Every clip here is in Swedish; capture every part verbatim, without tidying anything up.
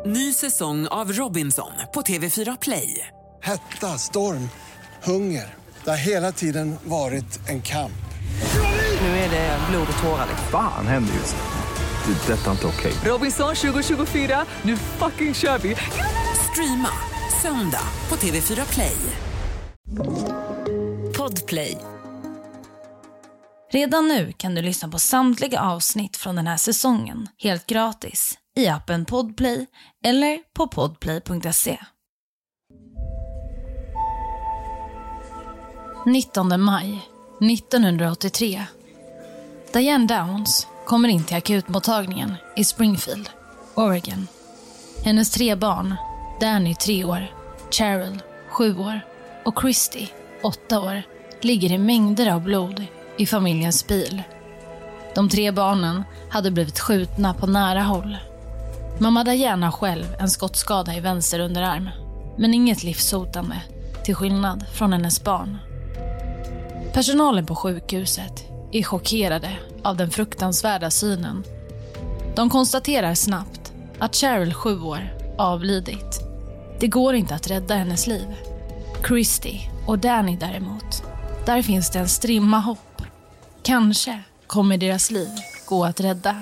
Ny säsong av Robinson på T V fyra Play. Hetta, storm, hunger. Det har hela tiden varit en kamp. Nu är det blod och tårar. Fan händer just nu. Det. Detta är inte okej. Okay. Robinson tjugo tjugofyra, nu fucking kör vi. Streama söndag på T V fyra Play. Podplay. Redan nu kan du lyssna på samtliga avsnitt från den här säsongen helt gratis i appen Podplay eller på podplay punkt se. nittonde maj nittonhundraåttiotre. Diane Downs kommer in till akutmottagningen i Springfield, Oregon. Hennes tre barn, Danny tre år, Cheryl sju år och Christy åtta år, ligger i mängder av blod i familjens bil. De tre barnen hade blivit skjutna på nära håll. Mamma Diane har själv en skottskada i vänster underarm, men inget livshotande, till skillnad från hennes barn. Personalen på sjukhuset är chockerade av den fruktansvärda synen. De konstaterar snabbt att Cheryl sju år avlidit. Det går inte att rädda hennes liv. Christy och Danny däremot, där finns det en strimma hopp. Kanske kommer deras liv gå att rädda.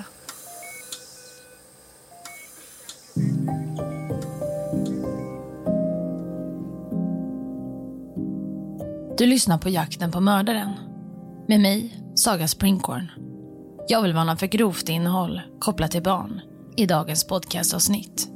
Du lyssnar på Jakten på mördaren. Med mig, Saga Springhorn. Jag vill varna för grovt innehåll kopplat till barn i dagens podcastavsnitt.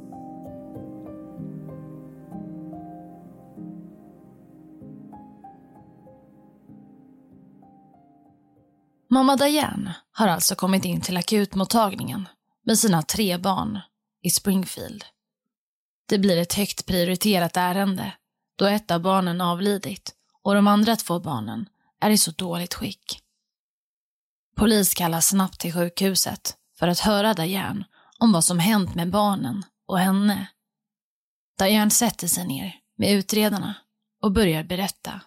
Mamma Diane har alltså kommit in till akutmottagningen med sina tre barn i Springfield. Det blir ett högt prioriterat ärende då ett av barnen avlidit och de andra två barnen är i så dåligt skick. Polis kallas snabbt till sjukhuset för att höra Diane om vad som hänt med barnen och henne. Diane sätter sig ner med utredarna och börjar berätta.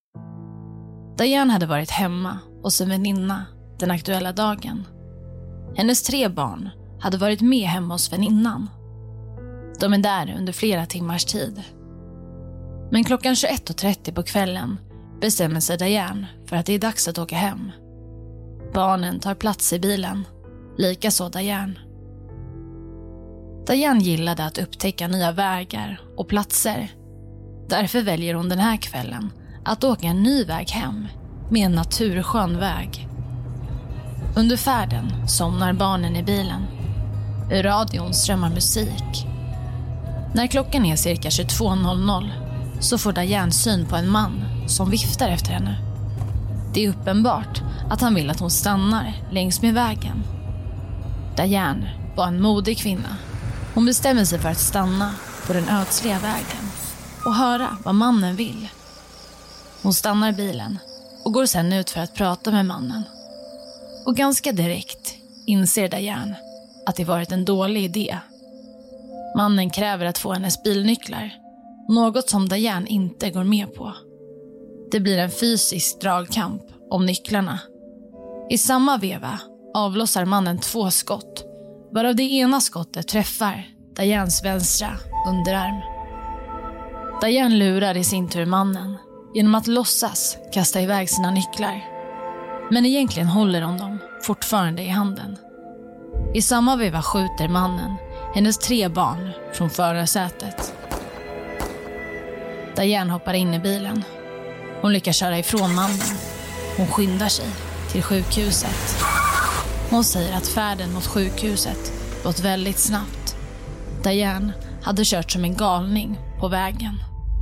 Diane hade varit hemma hos en väninna den aktuella dagen. Hennes tre barn hade varit med hemma hos väninnan. De är där under flera timmars tid. Men klockan tjugoett och trettio på kvällen bestämmer sig Diane för att det är dags att åka hem. Barnen tar plats i bilen, likaså Diane. Diane gillade att upptäcka nya vägar och platser. Därför väljer hon den här kvällen att åka en ny väg hem med en naturskön väg. Under färden somnar barnen i bilen. Ur radion strömmar musik. När klockan är cirka tjugotvå noll noll så får Diane syn på en man som viftar efter henne. Det är uppenbart att han vill att hon stannar längs med vägen. Diane var en modig kvinna. Hon bestämmer sig för att stanna på den ödsliga vägen och höra vad mannen vill. Hon stannar bilen och går sedan ut för att prata med mannen. Och ganska direkt inser Diane att det varit en dålig idé. Mannen kräver att få hennes bilnycklar, något som Diane inte går med på. Det blir en fysisk dragkamp om nycklarna. I samma veva avlossar mannen två skott, varav det ena skottet träffar Dianes vänstra underarm. Diane lurar i sin tur mannen genom att låtsas kasta iväg sina nycklar. Men egentligen håller hon dem fortfarande i handen. I samma veva skjuter mannen hennes tre barn från förarsätet. Diane hoppar in i bilen. Hon lyckas köra ifrån mannen. Hon skyndar sig till sjukhuset. Hon säger att färden mot sjukhuset gått väldigt snabbt. Diane hade kört som en galning på vägen.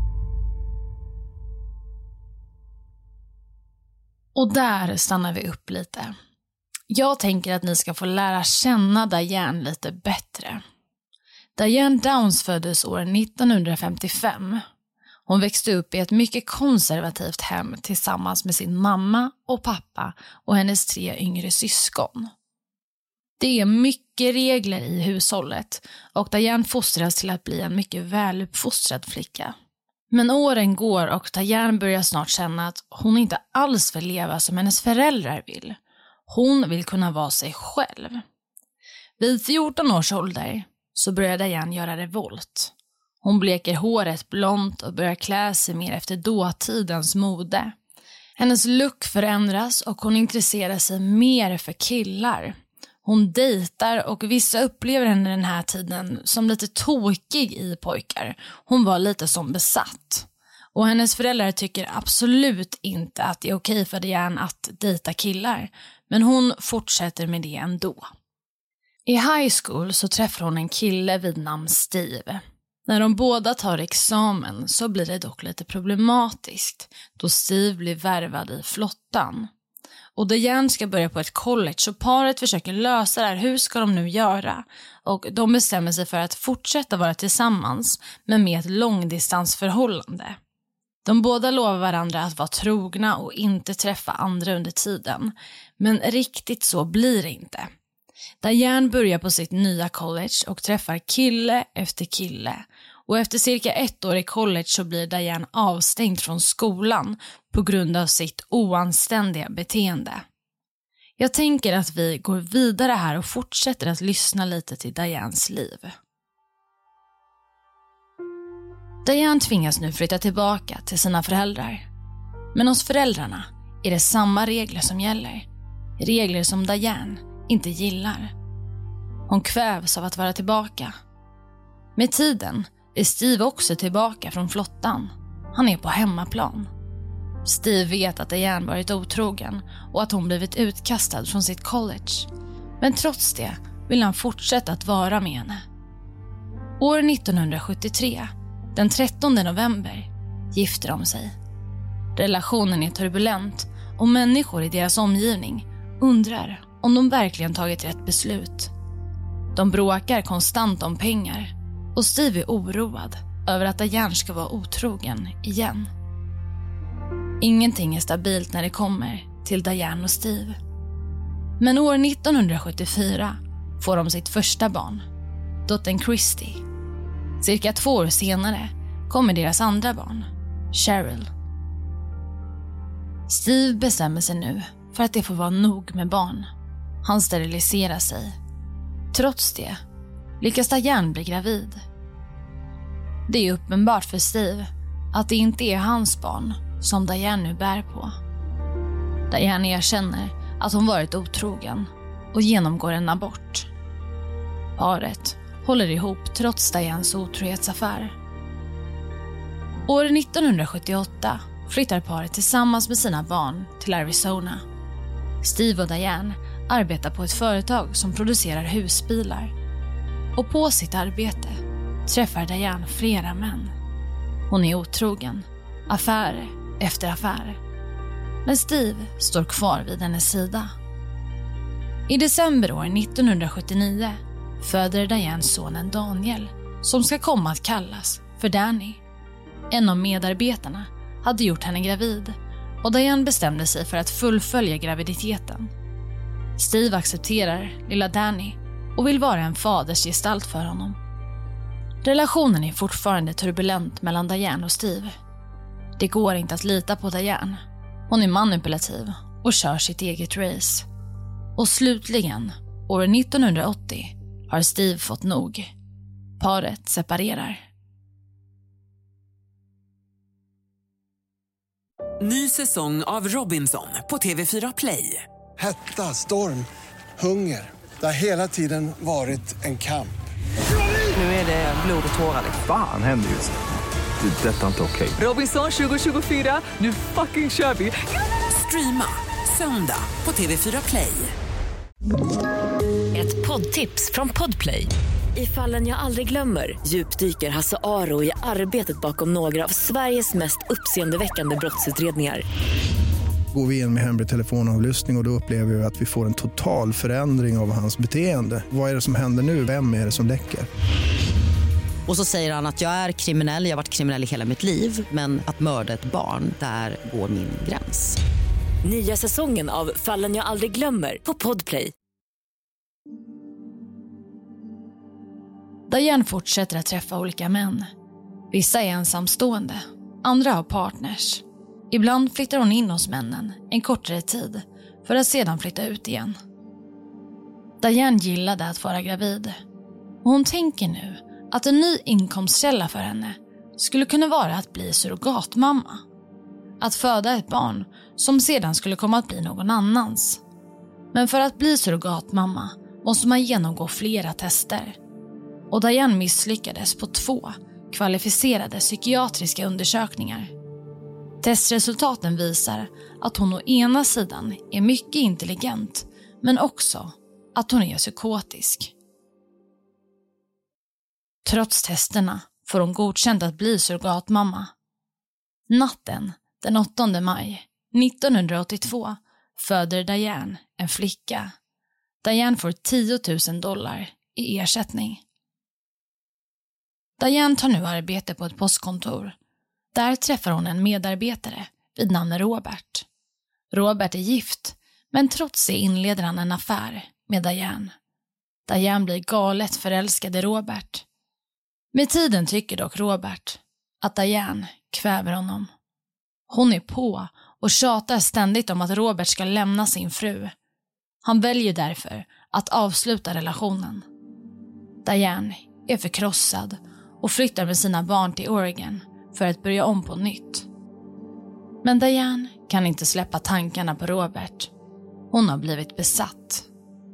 Och där stannar vi upp lite. Jag tänker att ni ska få lära känna Diane lite bättre. Diane Downs föddes år nittonhundrafemtiofem. Hon växte upp i ett mycket konservativt hem tillsammans med sin mamma och pappa och hennes tre yngre syskon. Det är mycket regler i hushållet och Diane fostras till att bli en mycket väluppfostrad flicka. Men åren går och Diane börjar snart känna att hon inte alls vill leva som hennes föräldrar vill. Hon vill kunna vara sig själv. Vid fjorton års ålder så börjar Diane göra revolt. Hon bleker håret blont och börjar klä sig mer efter dåtidens mode. Hennes look förändras och hon intresserar sig mer för killar. Hon dejtar och vissa upplever henne den här tiden som lite tokig i pojkar. Hon var lite som besatt. Och hennes föräldrar tycker absolut inte att det är okej för Diane att dejta killar. Men hon fortsätter med det ändå. I high school så träffar hon en kille vid namn Steve. När de båda tar examen så blir det dock lite problematiskt då Steve blir värvad i flottan. Och Diane ska börja på ett college så paret försöker lösa det här. Hur ska de nu göra? Och de bestämmer sig för att fortsätta vara tillsammans men med ett långdistansförhållande. De båda lovar varandra att vara trogna och inte träffa andra under tiden. Men riktigt så blir det inte. Diane börjar på sitt nya college och träffar kille efter kille. Och efter cirka ett år i college så blir Diane avstängd från skolan på grund av sitt oanständiga beteende. Jag tänker att vi går vidare här och fortsätter att lyssna lite till Dianes liv. Diane tvingas nu flytta tillbaka till sina föräldrar. Men hos föräldrarna är det samma regler som gäller. Regler som Diane inte gillar. Hon kvävs av att vara tillbaka. Med tiden är Steve också tillbaka från flottan. Han är på hemmaplan. Steve vet att Diane varit otrogen och att hon blivit utkastad från sitt college. Men trots det vill han fortsätta att vara med henne. År nittonhundrasjuttiotre, den trettonde november, gifter de sig. Relationen är turbulent och människor i deras omgivning undrar om de verkligen tagit rätt beslut. De bråkar konstant om pengar och Steve är oroad över att Diane ska vara otrogen igen. Ingenting är stabilt när det kommer till Diane och Steve. Men år nittonhundrasjuttiofyra får de sitt första barn, dottern Christy. Cirka två år senare kommer deras andra barn, Cheryl. Steve bestämmer sig nu för att det får vara nog med barn. Han steriliserar sig. Trots det lyckas Diane bli gravid. Det är uppenbart för Steve att det inte är hans barn som Diane nu bär på. Diane erkänner att hon varit otrogen och genomgår en abort. Paret håller ihop trots Dianes otrohetsaffär. År nittonhundrasjuttioåtta flyttar paret tillsammans med sina barn till Arizona. Steve och Diane arbetar på ett företag som producerar husbilar. Och på sitt arbete träffar Diane flera män. Hon är otrogen, affär efter affär. Men Steve står kvar vid hennes sida. I december år nittonhundrasjuttionio föder Diane sonen Daniel som ska komma att kallas för Danny. En av medarbetarna hade gjort henne gravid och Diane bestämde sig för att fullfölja graviditeten. Steve accepterar lilla Danny och vill vara en fadersgestalt för honom. Relationen är fortfarande turbulent mellan Diane och Steve. Det går inte att lita på Diane. Hon är manipulativ och kör sitt eget race. Och slutligen, år nittonhundraåttio, har Steve fått nog. Paret separerar. Ny säsong av Robinson på T V fyra Play. Hetta, storm, hunger. Det har hela tiden varit en kamp. Nu är det blod och tårar. Fan händer just det. Det är detta inte okej. Robinson tjugo tjugofyra, nu fucking kör vi. Streama söndag på T V fyra Play. Ett poddtips från Podplay. I Fallen jag aldrig glömmer djupdyker Hasse Aro i arbetet bakom några av Sveriges mest uppseendeväckande brottsutredningar. Går vi in med hemlig telefonavlyssning och, och då upplever vi att vi får en total förändring av hans beteende. Vad är det som händer nu? Vem är det som läcker? Och så säger han att jag är kriminell, jag har varit kriminell i hela mitt liv. Men att mörda ett barn, där går min gräns. Nya säsongen av Fallen jag aldrig glömmer på Podplay. Diane fortsätter att träffa olika män. Vissa är ensamstående, andra har partners. Ibland flyttar hon in hos männen en kortare tid för att sedan flytta ut igen. Diane gillade att vara gravid. Och hon tänker nu att en ny inkomstkälla för henne skulle kunna vara att bli surrogatmamma. Att föda ett barn som sedan skulle komma att bli någon annans. Men för att bli surrogatmamma måste man genomgå flera tester. Och Diane misslyckades på två kvalificerade psykiatriska undersökningar. Testresultaten visar att hon å ena sidan är mycket intelligent, men också att hon är psykotisk. Trots testerna får hon godkänt att bli surrogatmamma. Natten den åttonde maj nittonhundraåttiotvå föder Diane en flicka. Diane får tio tusen dollar i ersättning. Diane tar nu arbete på ett postkontor. Där träffar hon en medarbetare vid namn Robert. Robert är gift, men trots det inleder han en affär med Diane. Diane blir galet förälskad i Robert. Med tiden tycker dock Robert att Diane kväver honom. Hon är på och tjatar ständigt om att Robert ska lämna sin fru. Han väljer därför att avsluta relationen. Diane är förkrossad och flyttar med sina barn till Oregon för att börja om på nytt. Men Diane kan inte släppa tankarna på Robert. Hon har blivit besatt.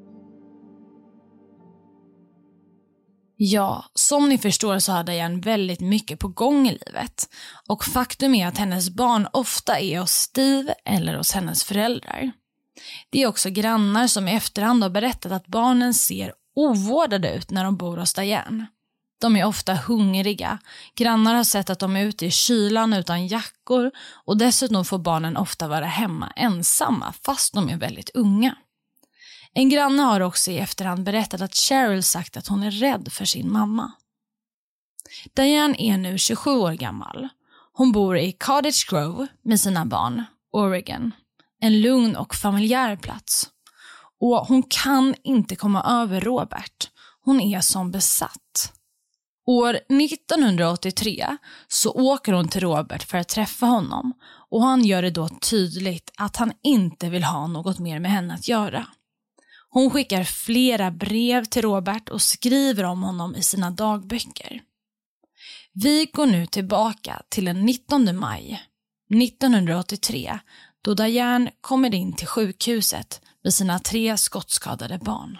Ja, som ni förstår så har Diane väldigt mycket på gång i livet. Och faktum är att hennes barn ofta är hos Steve eller hos hennes föräldrar. Det är också grannar som i efterhand har berättat att barnen ser ovårdade ut när de bor hos Diane. De är ofta hungriga. Grannar har sett att de är ute i kylan utan jackor och dessutom får barnen ofta vara hemma ensamma fast de är väldigt unga. En granne har också i efterhand berättat att Cheryl sagt att hon är rädd för sin mamma. Diane är nu tjugosju år gammal. Hon bor i Cottage Grove med sina barn, Oregon. En lugn och familjär plats. Och hon kan inte komma över Robert. Hon är som besatt. År nittonhundraåttiotre så åker hon till Robert för att träffa honom. Och han gör det då tydligt att han inte vill ha något mer med henne att göra. Hon skickar flera brev till Robert och skriver om honom i sina dagböcker. Vi går nu tillbaka till den nittonde maj nittonhundraåttiotre då Diane kommer in till sjukhuset med sina tre skottskadade barn.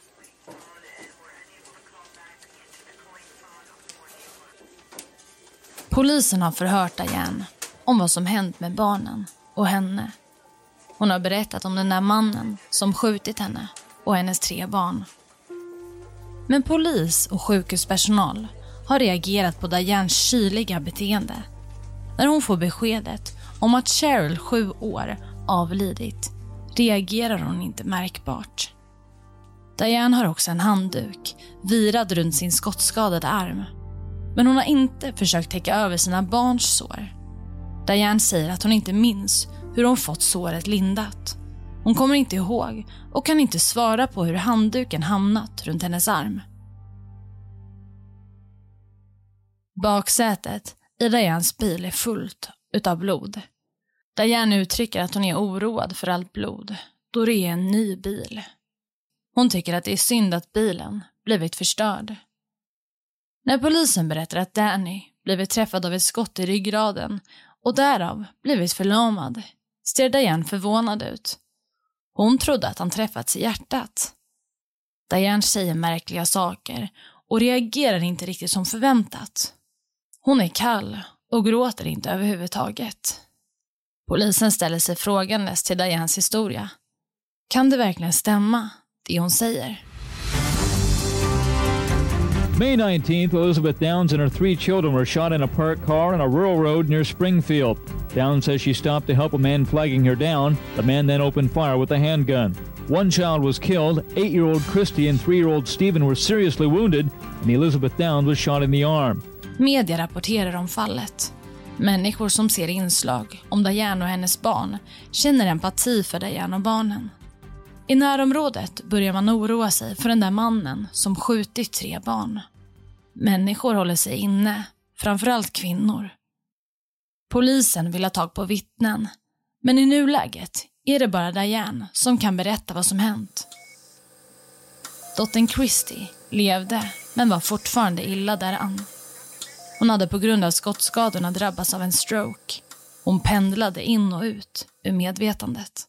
Polisen har förhört Diane om vad som hänt med barnen och henne. Hon har berättat om den där mannen som skjutit henne och hennes tre barn. Men polis och sjukhuspersonal har reagerat på Dianes kyliga beteende. När hon får beskedet om att Cheryl, sju år, avlidit reagerar hon inte märkbart. Diane har också en handduk virad runt sin skottskadade arm. Men hon har inte försökt täcka över sina barns sår. Diane säger att hon inte minns hur hon fått såret lindat. Hon kommer inte ihåg och kan inte svara på hur handduken hamnat runt hennes arm. Baksätet i Dianes bil är fullt utav blod. Diane uttrycker att hon är oroad för allt blod då det är en ny bil. Hon tycker att det är synd att bilen blivit förstörd. När polisen berättar att Danny blivit träffad av ett skott i ryggraden och därav blivit förlamad ser Diane förvånad ut. Hon trodde att han träffats i hjärtat. Diane säger märkliga saker och reagerar inte riktigt som förväntat. Hon är kall och gråter inte överhuvudtaget. Polisen ställer sig frågandes till Dianes historia. Kan det verkligen stämma, det hon säger? May nineteenth, Elizabeth Downs and her three children were shot in a parked car on a rural road near Springfield. Downs says she stopped to help a man flagging her down. The man then opened fire with a handgun. One child was killed. Eight-year-old Christy and three-year-old Stephen were seriously wounded, and Elizabeth Downs was shot in the arm. Media rapporterar om fallet. Människor som ser inslag om Diane och hennes barn känner empati för Diane och barnen. I närområdet börjar man oroa sig för den där mannen som skjutit tre barn. Människor håller sig inne, framförallt kvinnor. Polisen vill ha tag på vittnen, men i nuläget är det bara Diane som kan berätta vad som hänt. Dottern Christy levde men var fortfarande illa däran. Hon hade på grund av skottskadorna drabbats av en stroke. Hon pendlade in och ut ur medvetandet.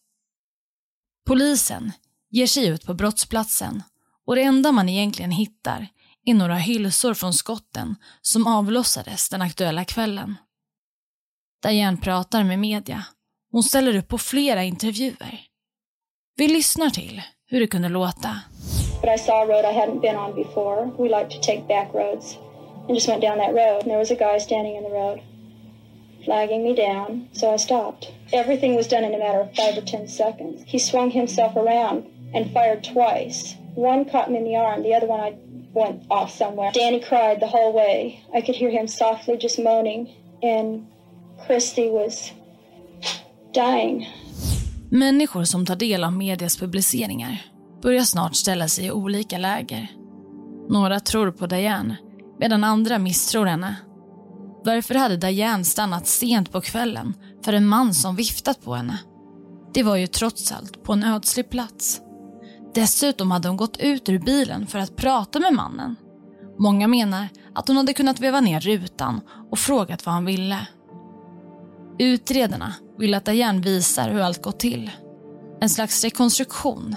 Polisen ger sig ut på brottsplatsen och det enda man egentligen hittar är några hylsor från skotten som avlossades den aktuella kvällen. Diane pratar med media. Hon ställer upp på flera intervjuer. Vi lyssnar till hur det kunde låta. But I saw a road I hadn't been on before. We like to take back roads. And just went down that road. And there was a guy standing in the road, flagging me down. So I stopped. Everything was done in a matter of five or ten seconds. He swung himself around and fired twice. One caught me in the arm. The other one I went off somewhere. Danny cried the whole way. I could hear him softly just moaning. And Christy was dying. Människor som tar del av medias publiceringar börjar snart ställa sig i olika läger. Några tror på Diane, medan andra misstror henne. Varför hade Diane stannat sent på kvällen för en man som viftat på henne? Det var ju trots allt på en ödslig plats. Dessutom hade hon gått ut ur bilen för att prata med mannen. Många menar att hon hade kunnat veva ner rutan och frågat vad han ville. Utredarna vill att Diane visar hur allt gått till. En slags rekonstruktion.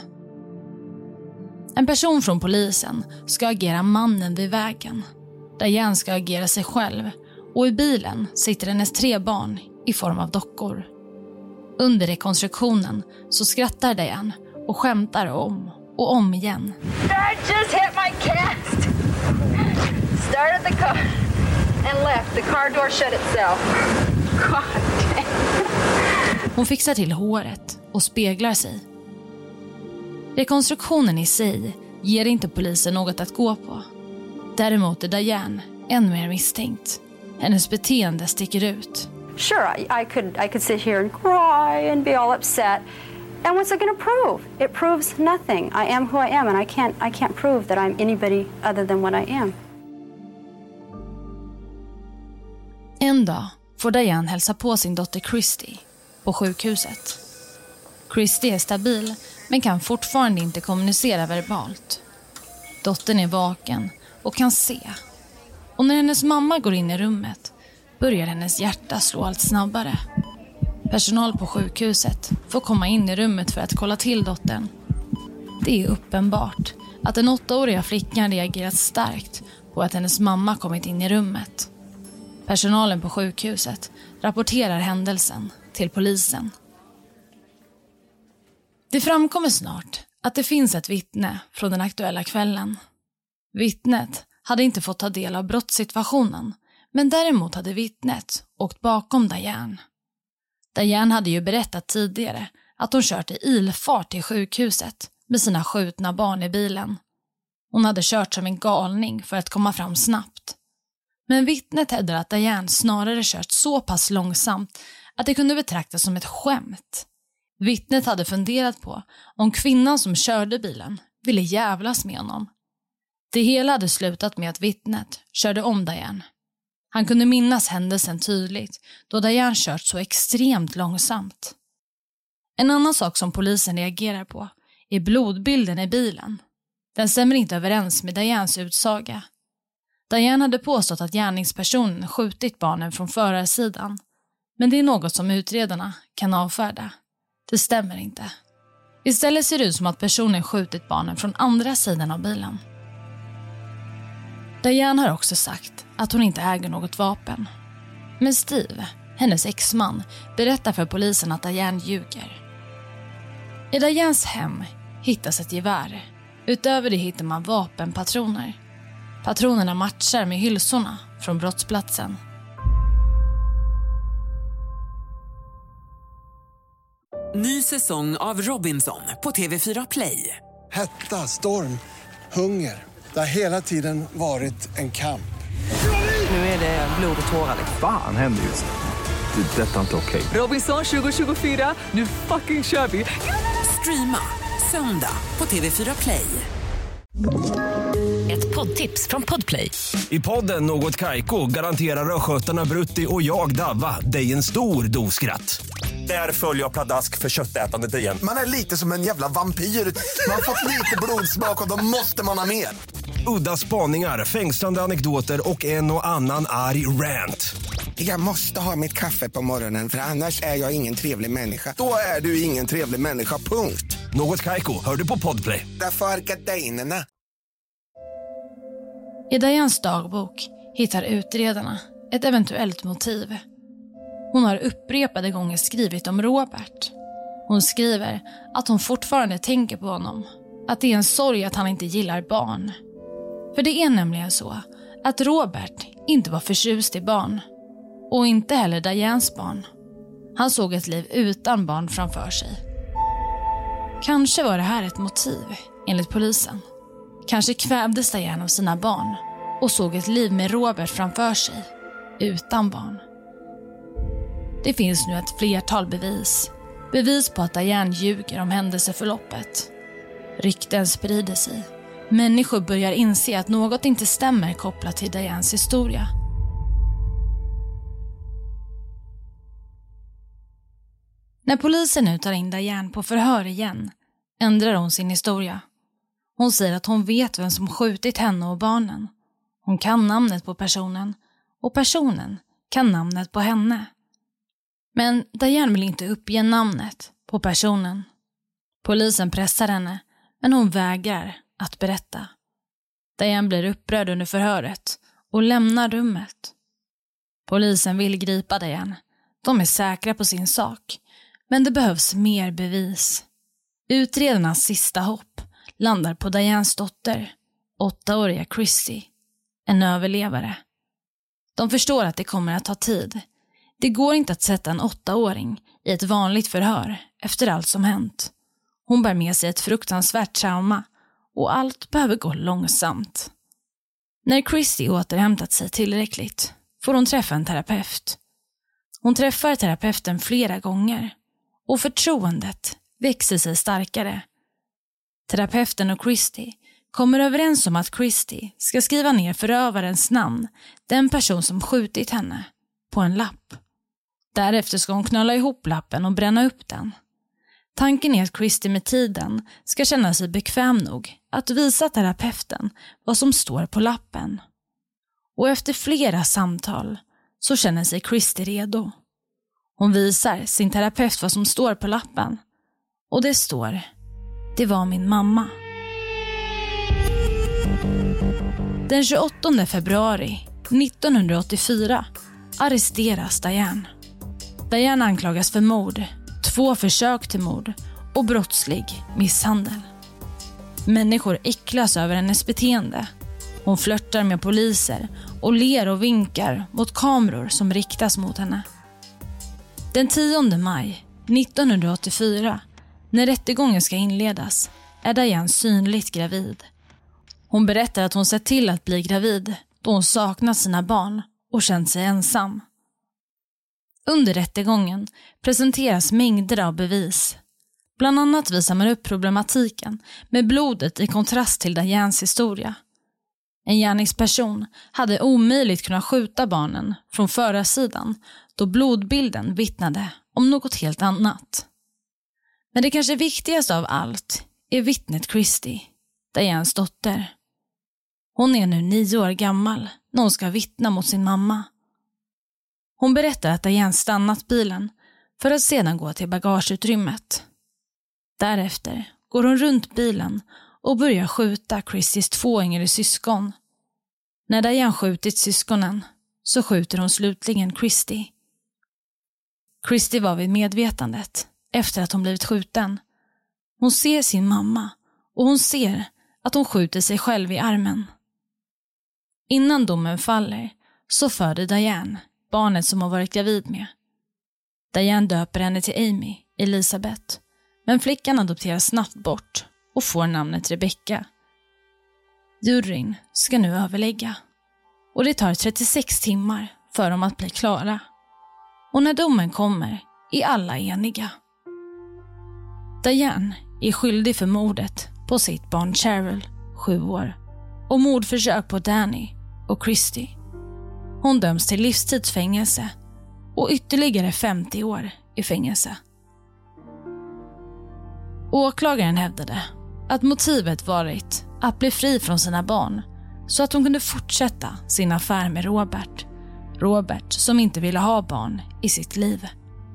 En person från polisen ska agera mannen vid vägen. Diane ska agera sig själv och i bilen sitter hennes tre barn i form av dockor. Under rekonstruktionen så skrattar Diane och skämtar om och om igen. I just hit my cast. Started the car and left. The car door shut itself. God damn. Hon fixar till håret och speglar sig. Rekonstruktionen i sig ger inte polisen något att gå på. Däremot är Diane än mer misstänkt. Hennes beteende sticker ut. Sure, I, I could I could sit here and cry and be all upset. And what's it going to prove? It proves nothing. I am who I am and I can't I can't prove that I'm anybody other than what I am. En dag får Diane hälsa på sin dotter Christy på sjukhuset. Christy är stabil men kan fortfarande inte kommunicera verbalt. Dottern är vaken och kan se. Och när hennes mamma går in i rummet börjar hennes hjärta slå allt snabbare. Personal på sjukhuset får komma in i rummet för att kolla till dottern. Det är uppenbart att den åttaåriga flickan reagerat starkt på att hennes mamma kommit in i rummet. Personalen på sjukhuset rapporterar händelsen till polisen. Det framkommer snart att det finns ett vittne från den aktuella kvällen. Vittnet hade inte fått ta del av brottssituationen, men däremot hade vittnet åkt bakom Diane. Diane hade ju berättat tidigare att hon kört i ilfart till sjukhuset med sina skjutna barn i bilen. Hon hade kört som en galning för att komma fram snabbt. Men vittnet hävdar att Diane snarare kört så pass långsamt att det kunde betraktas som ett skämt. Vittnet hade funderat på om kvinnan som körde bilen ville jävlas med honom. Det hela hade slutat med att vittnet körde om Diane. Han kunde minnas händelsen tydligt då Diane kört så extremt långsamt. En annan sak som polisen reagerar på är blodbilden i bilen. Den stämmer inte överens med Dianes utsaga. Diane hade påstått att gärningspersonen skjutit barnen från förarsidan. Men det är något som utredarna kan avfärda. Det stämmer inte. Istället ser det ut som att personen skjutit barnen från andra sidan av bilen. Diane har också sagt att hon inte äger något vapen. Men Steve, hennes exman, berättar för polisen att Diane ljuger. I Dianes hem hittas ett gevär. Utöver det hittar man vapenpatroner. Patronerna matchar med hylsorna från brottsplatsen. Ny säsong av Robinson på T V fyra Play. Hetta, storm, hunger. Det har hela tiden varit en kamp. Nu är det blod och tårar. Fan händer just det. Det är detta inte okej. Robinson tjugo tjugofyra, nu fucking kör vi. Streama söndag på T V fyra Play. Ett poddtips från Podplay. I podden Något Kaiko garanterar röskötarna Brutti och jag Davva dig en stor doskratt. Där följer jag pladask för köttätandet igen. Man är lite som en jävla vampyr. Man har fått lite blodsmak och då måste man ha mer. Udda spaningar, fängslande anekdoter och en och annan arg rant. Jag måste ha mitt kaffe på morgonen, för annars är jag ingen trevlig människa. Då är du ingen trevlig människa, punkt. Något Kaiko, hör du på Podplay. Därför är gardinerna. I Dianes dagbok hittar utredarna ett eventuellt motiv. Hon har upprepade gånger skrivit om Robert. Hon skriver att hon fortfarande tänker på honom. Att det är en sorg att han inte gillar barn. För det är nämligen så att Robert inte var förtjust i barn. Och inte heller Dianes barn. Han såg ett liv utan barn framför sig. Kanske var det här ett motiv, enligt polisen. Kanske kvävdes Diane av sina barn och såg ett liv med Robert framför sig, utan barn. Det finns nu ett flertal bevis. Bevis på att Diane ljuger om händelseförloppet. Rykten sprider sig. Människor börjar inse att något inte stämmer kopplat till Dianes historia. När polisen nu tar in Diane på förhör igen ändrar hon sin historia. Hon säger att hon vet vem som skjutit henne och barnen. Hon kan namnet på personen och personen kan namnet på henne. Men Diane vill inte uppge namnet på personen. Polisen pressar henne, men hon vägrar att berätta. Diane blir upprörd under förhöret och lämnar rummet. Polisen vill gripa Diane. De är säkra på sin sak, men det behövs mer bevis. Utredarnas sista hopp landar på Dianes dotter, åttaåriga Christy, en överlevare. De förstår att det kommer att ta tid. Det går inte att sätta en åttaåring i ett vanligt förhör efter allt som hänt. Hon bär med sig ett fruktansvärt trauma och allt behöver gå långsamt. När Christy återhämtat sig tillräckligt får hon träffa en terapeut. Hon träffar terapeuten flera gånger och förtroendet växer sig starkare. Terapeuten och Christy kommer överens om att Christy ska skriva ner förövarens namn, den person som skjutit henne, på en lapp. Därefter ska hon knöla ihop lappen och bränna upp den. Tanken är att Christy med tiden ska känna sig bekväm nog att visa terapeuten vad som står på lappen. Och efter flera samtal så känner sig Christy redo. Hon visar sin terapeut vad som står på lappen. Och det står: det var min mamma. Den tjugoåttonde februari nittonhundraåttiofyra arresteras Diane. Diane anklagas för mord, två försök till mord och brottslig misshandel. Människor äcklas över hennes beteende. Hon flörtar med poliser och ler och vinkar mot kameror som riktas mot henne. Den tionde maj nittonhundraåttiofyra, när rättegången ska inledas, är Diane synligt gravid. Hon berättar att hon sett till att bli gravid då hon saknat sina barn och känt sig ensam. Under rättegången presenteras mängder av bevis. Bland annat visar man upp problematiken med blodet i kontrast till Dianes historia. En gärningsperson hade omöjligt kunnat skjuta barnen från förarsidan då blodbilden vittnade om något helt annat. Men det kanske viktigaste av allt är vittnet Christy, Dianes dotter. Hon är nu nio år gammal när hon ska vittna mot sin mamma. Hon berättar att Diane stannat bilen för att sedan gå till bagageutrymmet. Därefter går hon runt bilen och börjar skjuta Christys två yngre syskon. När Diane skjutit syskonen så skjuter hon slutligen Christy. Christy var vid medvetandet efter att hon blivit skjuten. Hon ser sin mamma och hon ser att hon skjuter sig själv i armen. Innan domen faller så föder Diane barnet som hon varit gravid med. Diane döper henne till Amy, Elisabeth, men flickan adopteras snabbt bort och får namnet Rebecca. Juryn ska nu överlägga och det tar trettiosex timmar för dem att bli klara. Och när domen kommer är alla eniga. Diane är skyldig för mordet på sitt barn Cheryl, sju år, och mordförsök på Danny och Christy. Hon döms till livstidsfängelse och ytterligare femtio år i fängelse. Åklagaren hävdade att motivet varit att bli fri från sina barn så att hon kunde fortsätta sin affär med Robert. Robert som inte ville ha barn i sitt liv.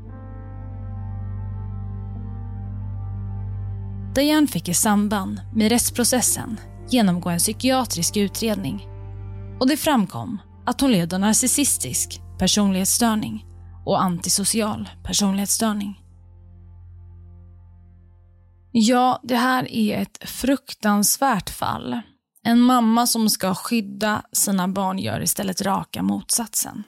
Diane fick i samband med rättsprocessen genomgå en psykiatrisk utredning. Och det framkom att hon led av narcissistisk personlighetsstörning och antisocial personlighetsstörning. Ja, det här är ett fruktansvärt fall. En mamma som ska skydda sina barn gör istället raka motsatsen.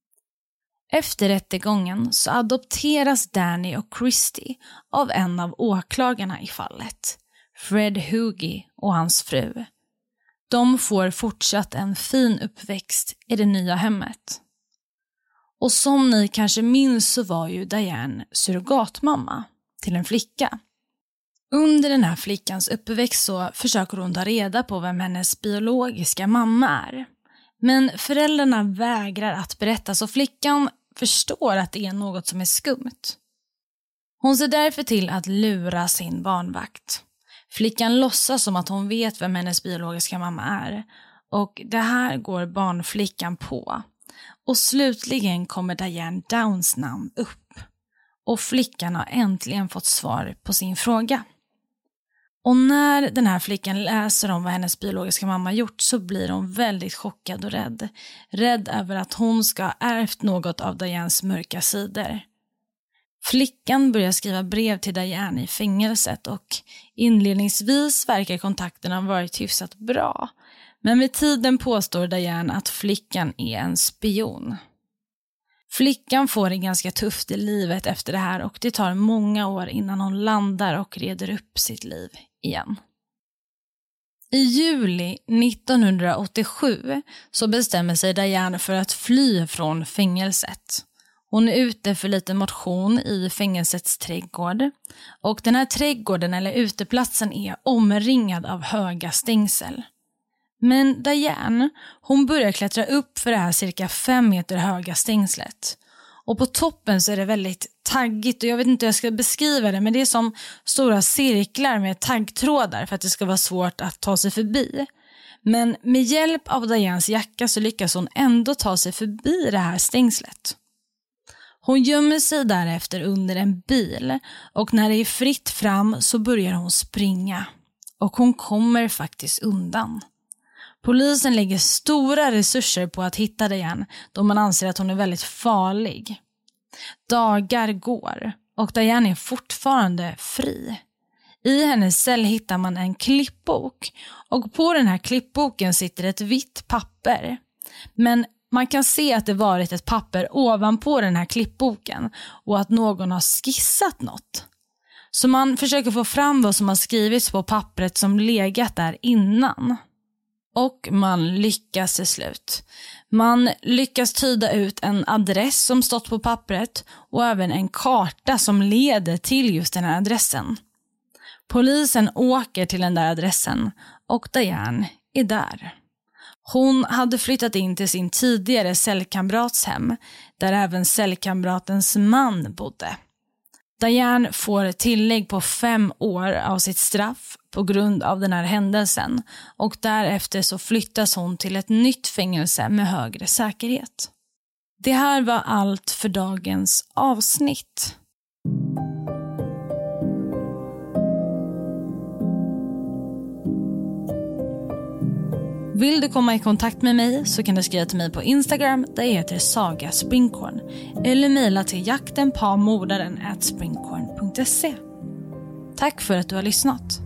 Efter rättegången så adopteras Danny och Christy av en av åklagarna i fallet, Fred Hugie och hans fru. De får fortsatt en fin uppväxt i det nya hemmet. Och som ni kanske minns så var ju Diane surrogatmamma till en flicka. Under den här flickans uppväxt så försöker hon ta reda på vem hennes biologiska mamma är. Men föräldrarna vägrar att berätta, så flickan förstår att det är något som är skumt. Hon ser därför till att lura sin barnvakt. Flickan låtsas som att hon vet vem hennes biologiska mamma är. Och det här går barnflickan på. Och slutligen kommer Diane Downs namn upp. Och flickan har äntligen fått svar på sin fråga. Och när den här flickan läser om vad hennes biologiska mamma gjort så blir hon väldigt chockad och rädd. Rädd över att hon ska ha ärvt något av Dianes mörka sidor. Flickan börjar skriva brev till Diane i fängelset och inledningsvis verkar kontakterna ha varit hyfsat bra. Men med tiden påstår Diane att flickan är en spion. Flickan får det ganska tufft i livet efter det här och det tar många år innan hon landar och reder upp sitt liv igen. I juli nittonhundraåttiosju så bestämmer sig Diane för att fly från fängelset. Hon är ute för lite motion i fängelsets trädgård. Och den här trädgården eller uteplatsen är omringad av höga stängsel. Men Diane, hon börjar klättra upp för det här cirka fem meter höga stängslet. Och på toppen så är det väldigt taggigt och jag vet inte hur jag ska beskriva det, men det är som stora cirklar med taggtrådar för att det ska vara svårt att ta sig förbi. Men med hjälp av Dianes jacka så lyckas hon ändå ta sig förbi det här stängslet. Hon gömmer sig därefter under en bil och när det är fritt fram så börjar hon springa. Och hon kommer faktiskt undan. Polisen lägger stora resurser på att hitta Diane då man anser att hon är väldigt farlig. Dagar går och Diane är fortfarande fri. I hennes cell hittar man en klippbok och på den här klippboken sitter ett vitt papper. Men man kan se att det varit ett papper ovanpå den här klippboken och att någon har skissat något. Så man försöker få fram vad som har skrivits på pappret som legat där innan. Och man lyckas till slut. Man lyckas tyda ut en adress som stått på pappret och även en karta som leder till just den här adressen. Polisen åker till den där adressen och Diane är där. Hon hade flyttat in till sin tidigare cellkamrats hem där även cellkamratens man bodde. Diane får tillägg på fem år av sitt straff på grund av den här händelsen och därefter så flyttas hon till ett nytt fängelse med högre säkerhet. Det här var allt för dagens avsnitt. Vill du komma i kontakt med mig så kan du skriva till mig på Instagram där jag heter Saga Springhorn eller mejla till jaktenpamordaren at springhorn punkt se. Tack för att du har lyssnat.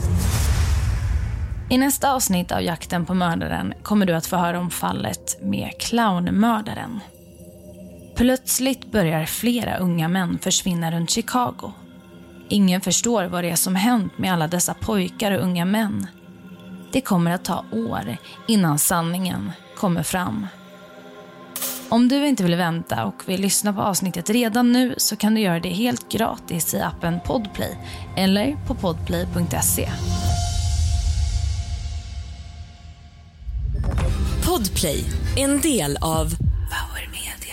I nästa avsnitt av Jakten på mördaren kommer du att få höra om fallet med clownmördaren. Plötsligt börjar flera unga män försvinna runt Chicago. Ingen förstår vad det är som hänt med alla dessa pojkar och unga män. Det kommer att ta år innan sanningen kommer fram. Om du inte vill vänta och vill lyssna på avsnittet redan nu så kan du göra det helt gratis i appen Podplay eller på podplay punkt se. Podplay, en del av Power Media.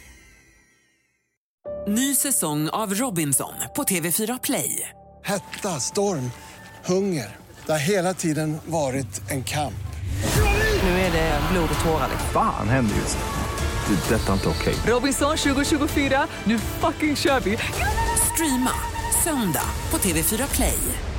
Ny säsong av Robinson på T V fyra Play. Hetta, storm, hunger. Det har hela tiden varit en kamp. Nu är det blod och tårar. Fan händer just det. Det är detta inte okej. Robinson tjugo tjugofyra, nu fucking kör vi! Streama söndag på T V fyra Play.